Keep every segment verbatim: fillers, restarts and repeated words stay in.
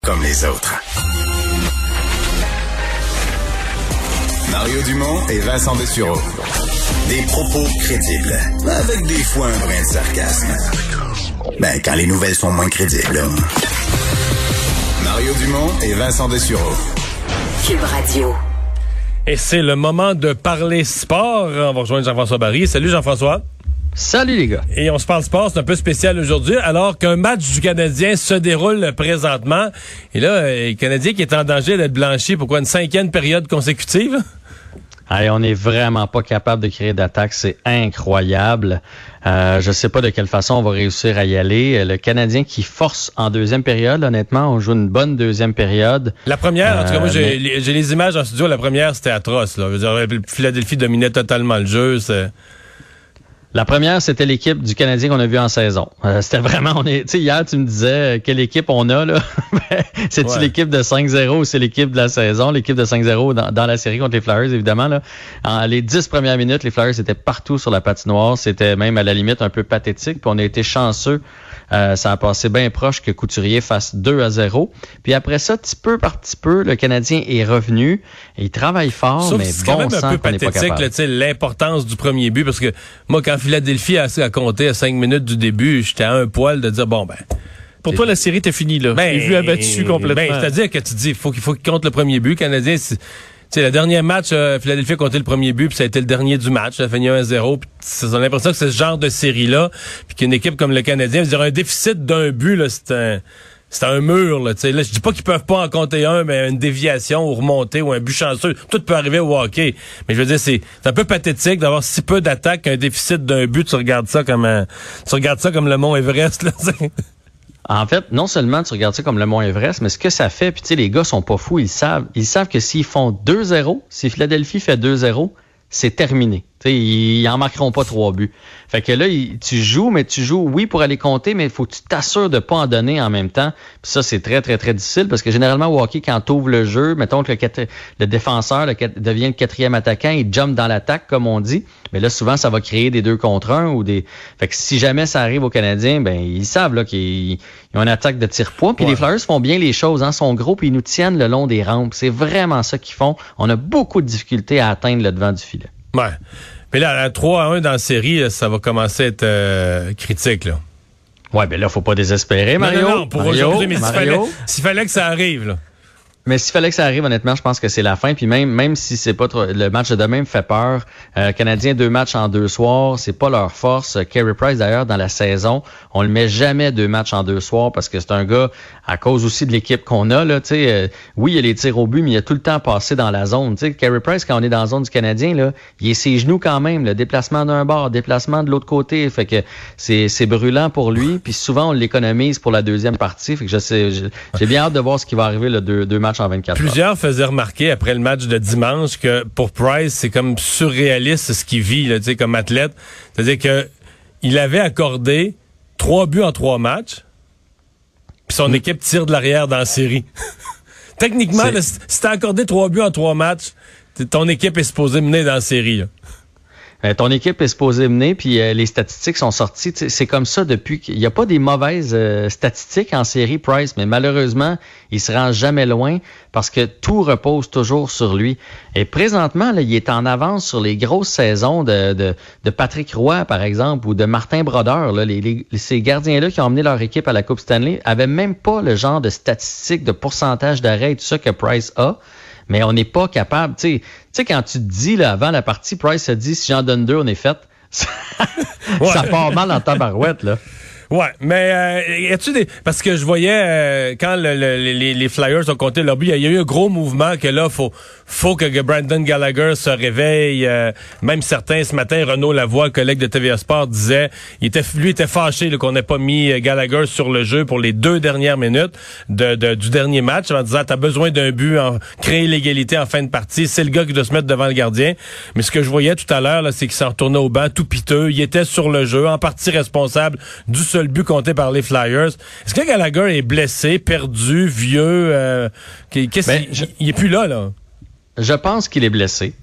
Comme les autres. Mario Dumont et Vincent Dessureau. Des propos crédibles, avec des fois un brin de sarcasme. Ben, quand les nouvelles sont moins crédibles. Mario Dumont et Vincent Dessureau. Cube Radio. Et c'est le moment de parler sport. On va rejoindre Jean-François Barry. Salut Jean-François. Salut les gars. Et on se parle sport, c'est un peu spécial aujourd'hui, alors qu'un match du Canadien se déroule présentement. Et là, le Canadien qui est en danger d'être blanchi pour quoi, une cinquième période consécutive? Allez, on n'est vraiment pas capable de créer d'attaque, c'est incroyable. Euh, je sais pas de quelle façon on va réussir à y aller. Le Canadien qui force en deuxième période, honnêtement, on joue une bonne deuxième période. La première, en tout cas, moi, j'ai, mais... les, j'ai les images en studio, la première, c'était atroce, là. Je veux dire, Philadelphie dominait totalement le jeu, c'est... La première, c'était l'équipe du Canadien qu'on a vu en saison. Euh, c'était vraiment, on est, tu sais, hier, tu me disais, euh, quelle équipe on a, là? C'est-tu ouais. l'équipe de cinq zéro ou c'est l'équipe de la saison? L'équipe de cinq zéro dans, dans la série contre les Flyers, évidemment, là. En les dix premières minutes, les Flyers étaient partout sur la patinoire. C'était même à la limite un peu pathétique. Puis on a été chanceux. Euh, ça a passé bien proche que Couturier fasse deux à zéro. Puis après ça, petit peu par petit peu, le Canadien est revenu. Et il travaille fort, Sauf mais c'est bon quand même un peu pathétique, là, l'importance du premier but. Parce que moi, quand Philadelphie a, a compté à cinq minutes du début, j'étais à un poil de dire, bon, ben... Pour toi, la série était finie, là. Ben, les vues abattues complètement. Ben, c'est-à-dire que tu dis, il faut qu'il faut qu'il compte le premier but. Le Canadien, c'est... Tu sais, le dernier match, euh, Philadelphie a compté le premier but, puis ça a été le dernier du match. Ça a fini un à zéro. Puis on a l'impression que c'est ce genre de série-là, puis qu'une équipe comme le Canadien, je veux dire, un déficit d'un but, là, c'est un... C'est un mur, là, tu sais. Là, je dis pas qu'ils peuvent pas en compter un, mais une déviation ou remonter ou un but chanceux. Tout peut arriver au hockey. Mais je veux dire, c'est, c'est un peu pathétique d'avoir si peu d'attaques qu'un déficit d'un but. Tu regardes ça comme un, tu regardes ça comme le Mont Everest, là, t'sais. En fait, non seulement tu regardes ça comme le Mont Everest, mais ce que ça fait, puis tu sais, les gars sont pas fous, ils savent. Ils savent que s'ils font deux zéro, si Philadelphie fait deux zéro, c'est terminé. Tu sais, ils en marqueront pas trois buts. Fait que là, il, tu joues, mais tu joues, oui, pour aller compter, mais il faut que tu t'assures de pas en donner en même temps. Puis ça, c'est très, très, très difficile parce que généralement, au hockey, quand tu ouvres le jeu, mettons que le, le défenseur le, devient le quatrième attaquant, il jump dans l'attaque, comme on dit. Mais là, souvent, ça va créer des deux contre un ou des... Fait que si jamais ça arrive aux Canadiens, ben ils savent là qu'ils ils ont une attaque de tir-poids. Puis ouais. Les Flyers font bien les choses, hein, sont gros, puis ils nous tiennent le long des rampes. C'est vraiment ça qu'ils font. On a beaucoup de difficultés à atteindre le devant du filet. Ouais. Mais là, à trois à un dans la série, ça va commencer à être euh, critique, là. Ouais, ben là, faut pas désespérer, Mario. Non, non, non, pour Mario, aujourd'hui, mais Mario. s'il fallait, s'il fallait que ça arrive, là. Mais s'il fallait que ça arrive, honnêtement, je pense que c'est la fin. Puis même, même si c'est pas trop, le match de demain me fait peur. Euh, Canadiens deux matchs en deux soirs, c'est pas leur force. Carey Price d'ailleurs dans la saison, on le met jamais deux matchs en deux soirs parce que c'est un gars à cause aussi de l'équipe qu'on a là. Tu sais, euh, oui il y a les tirs au but, mais il a tout le temps passé dans la zone. Tu sais, Carey Price quand on est dans la zone du Canadien là, il est ses genoux quand même. Le déplacement d'un bord, déplacement de l'autre côté, fait que c'est c'est brûlant pour lui. Puis souvent on l'économise pour la deuxième partie. Fait que je sais, j'ai bien hâte de voir ce qui va arriver le deux, deux matchs en vingt-quatre heures. Plusieurs faisaient remarquer après le match de dimanche que pour Price, c'est comme surréaliste ce qu'il vit là, tu sais, comme athlète. C'est-à-dire que il avait accordé trois buts en trois matchs, puis son mmh. équipe tire de l'arrière dans la série. Techniquement, là, si t'as accordé trois buts en trois matchs, ton équipe est supposée mener dans la série. Là. Euh, ton équipe est supposée mener, puis euh, les statistiques sont sorties. T'sais, c'est comme ça depuis qu'il n'y a pas des mauvaises euh, statistiques en série Price, mais malheureusement, il se rend jamais loin parce que tout repose toujours sur lui. Et présentement, là, il est en avance sur les grosses saisons de, de, de Patrick Roy, par exemple, ou de Martin Brodeur. Là, les, les, ces gardiens-là qui ont emmené leur équipe à la Coupe Stanley avaient même pas le genre de statistiques, de pourcentage d'arrêt et tout ça que Price a. Mais on n'est pas capable, tu sais, tu sais, quand tu te dis, là, avant la partie, Price a dit, si j'en donne deux, on est fait. Ça, ouais. Ça part mal en tabarouette, là. Ouais, mais euh, y a-tu des... Parce que je voyais, euh, quand le, le, les, les Flyers ont compté leur but, il y a eu un gros mouvement que là, faut faut que Brandon Gallagher se réveille. Euh, même certains, ce matin, Renaud Lavoie, collègue de T V A Sport, disait, il était, lui était fâché là, qu'on n'ait pas mis Gallagher sur le jeu pour les deux dernières minutes de, de, du dernier match, en disant, t'as besoin d'un but, en, créer l'égalité en fin de partie, c'est le gars qui doit se mettre devant le gardien. Mais ce que je voyais tout à l'heure, là, c'est qu'il s'en retournait au banc, tout piteux. Il était sur le jeu, en partie responsable du seul but compté par les Flyers. Est-ce que Gallagher est blessé, perdu, vieux? Euh, qu'est-ce ben, je... Il est plus là, là. Je pense qu'il est blessé.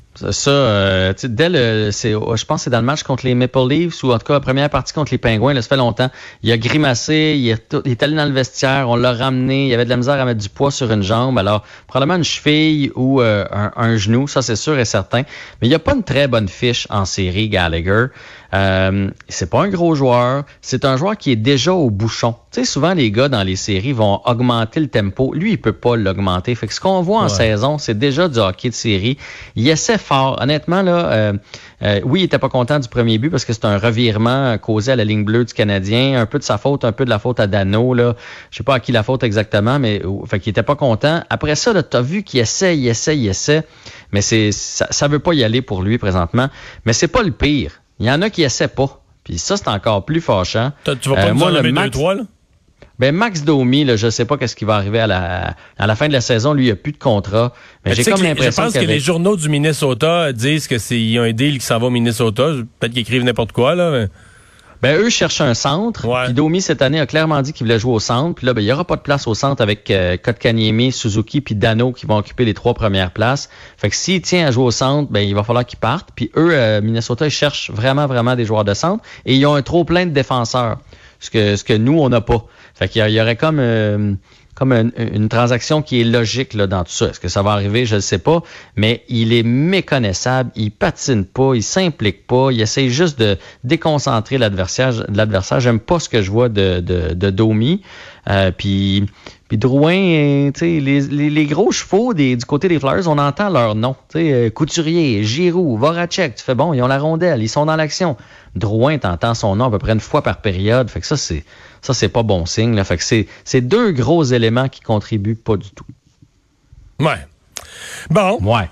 Ça, euh, tu sais, dès le, c'est, je pense que c'est dans le match contre les Maple Leafs ou en tout cas la première partie contre les Pingouins, là, ça fait longtemps. Il a grimacé, il est, il est allé dans le vestiaire, on l'a ramené, il avait de la misère à mettre du poids sur une jambe. Alors, probablement une cheville ou euh, un, un genou, ça c'est sûr et certain. Mais il n'y a pas une très bonne fiche en série, Gallagher. Euh, c'est pas un gros joueur, c'est un joueur qui est déjà au bouchon. Tu sais, souvent les gars dans les séries vont augmenter le tempo. Lui, il peut pas l'augmenter. Fait que ce qu'on voit en ouais. saison, c'est déjà du hockey de série. Il essaie fort. Honnêtement, là, euh, euh, oui, il était pas content du premier but parce que c'est un revirement causé à la ligne bleue du Canadien. Un peu de sa faute, un peu de la faute à Dano, là. Je sais pas à qui la faute exactement, mais fait qu'il était pas content. Après ça, là, t'as vu qu'il essaie, il essaie, il essaie. Mais c'est, ça, ça veut pas y aller pour lui présentement. Mais c'est pas le pire. Il y en a qui essaient pas. Puis ça, c'est encore plus fâchant. T'as, tu vas pas euh, nous en nommer deux, trois, là? Ben, Max Domi, là, je sais pas qu'est-ce qui va arriver à la, à la fin de la saison. Lui, il a plus de contrat. Mais, mais j'ai comme l'impression Je pense que les journaux du Minnesota disent que c'est, il y a un deal qui s'en va au Minnesota. Peut-être qu'ils écrivent n'importe quoi, là, mais... Ben, eux cherchent un centre. Ouais. Puis Domi, cette année, a clairement dit qu'il voulait jouer au centre. Puis là, ben, il y aura pas de place au centre avec euh, Kotkaniemi, Suzuki puis Dano qui vont occuper les trois premières places. Fait que s'il tient à jouer au centre, ben, il va falloir qu'il parte. Puis eux, euh, Minnesota, ils cherchent vraiment, vraiment des joueurs de centre. Et ils ont un trop plein de défenseurs. Ce que, ce que nous, on n'a pas. Fait qu'il y, y aurait comme... Euh, comme une, une transaction qui est logique là, dans tout ça. Est-ce que ça va arriver? Je ne sais pas. Mais il est méconnaissable. Il patine pas. Il s'implique pas. Il essaie juste de déconcentrer l'adversaire. l'adversaire. J'aime pas ce que je vois de, de, de Domi. Euh, puis... Puis Drouin, tu sais, les, les, les gros chevaux des, du côté des Flyers, on entend leur nom. Tu sais, Couturier, Giroux, Voracek, tu fais bon, ils ont la rondelle, ils sont dans l'action. Drouin, t'entends son nom à peu près une fois par période. Fait que ça, c'est ça, c'est pas bon signe. Là. Fait que c'est, c'est deux gros éléments qui contribuent pas du tout. Ouais. Bon. Ouais.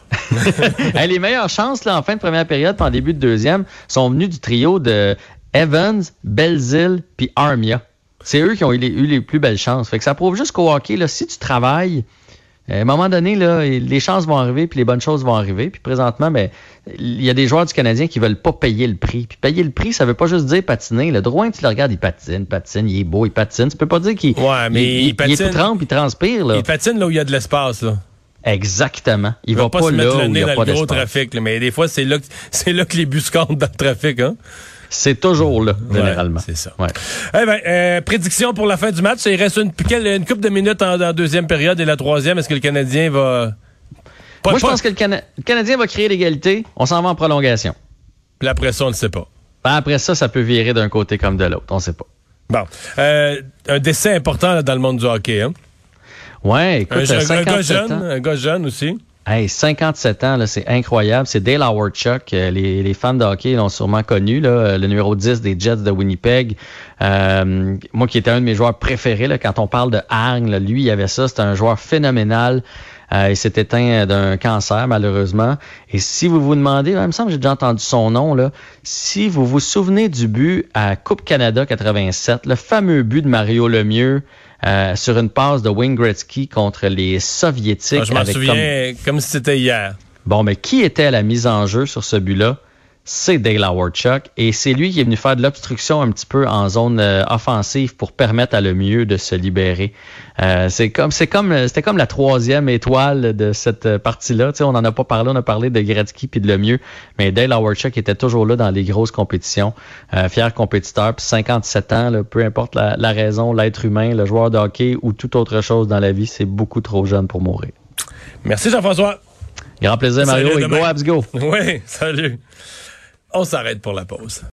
Hey, les meilleures chances là, en fin de première période puis en début de deuxième sont venues du trio de Evans, Belzile puis Armia. C'est eux qui ont eu les, eu les plus belles chances. Fait que ça prouve juste qu'au hockey, là, si tu travailles, à un moment donné, là, les chances vont arriver puis les bonnes choses vont arriver. Puis présentement, ben, il y a des joueurs du Canadien qui veulent pas payer le prix. Puis payer le prix, ça veut pas juste dire patiner. Le Drouin, tu le regardes, il patine, patine, il est beau, il patine. Tu peux pas dire qu'il ouais, mais il, il, il, patine, il est tout trempe, il transpire. Là. Il patine là où il y a de l'espace. Là. Exactement. Il, il va, va pas, pas se là mettre le où nez il y a dans pas le gros d'espace. trafic. Là, mais des fois, c'est là, que, c'est là que les bus comptent dans le trafic. Hein? C'est toujours là, généralement. Ouais, c'est ça. Ouais. Eh ben, euh, prédiction pour la fin du match. Il reste une, une couple de minutes en, en deuxième période et la troisième. Est-ce que le Canadien va... Pas, Moi, je pas... pense que le, Cana... le Canadien va créer l'égalité. On s'en va en prolongation. Puis après ça, on ne sait pas. Après ça, ça peut virer d'un côté comme de l'autre. On ne sait pas. Bon. Euh, un décès important là, dans le monde du hockey. Hein? Ouais, écoute, un, un gars jeune, ans. un gars jeune aussi. Hey, cinquante-sept ans, là, c'est incroyable. C'est Dale Hawerchuk. Les, les fans de hockey l'ont sûrement connu, là, le numéro dix des Jets de Winnipeg. Euh, moi qui étais un de mes joueurs préférés, là, quand on parle de hargne, là, lui, il avait ça. C'était un joueur phénoménal. Euh, il s'est éteint d'un cancer, malheureusement. Et si vous vous demandez, il me semble que j'ai déjà entendu son nom, là. Si vous vous souvenez du but à Coupe Canada quatre-vingt-sept, le fameux but de Mario Lemieux, Euh, sur une passe de Wayne Gretzky contre les Soviétiques. Ah, je m'en souviens comme... comme si c'était hier. Bon, mais qui était à la mise en jeu sur ce but-là? C'est Dale Hawerchuk. Et c'est lui qui est venu faire de l'obstruction un petit peu en zone euh, offensive pour permettre à Lemieux de se libérer. Euh, c'est comme, c'est comme, c'était comme la troisième étoile de cette partie-là. Tu sais, on n'en a pas parlé, on a parlé de Gretzky puis de Lemieux. Mais Dale Hawerchuk était toujours là dans les grosses compétitions. Euh, fier compétiteur, puis cinquante-sept ans, là, peu importe la, la raison, l'être humain, le joueur de hockey ou toute autre chose dans la vie, c'est beaucoup trop jeune pour mourir. Merci Jean-François. Grand plaisir, Mario, salut, et go Habs go! Oui, salut. On s'arrête pour la pause.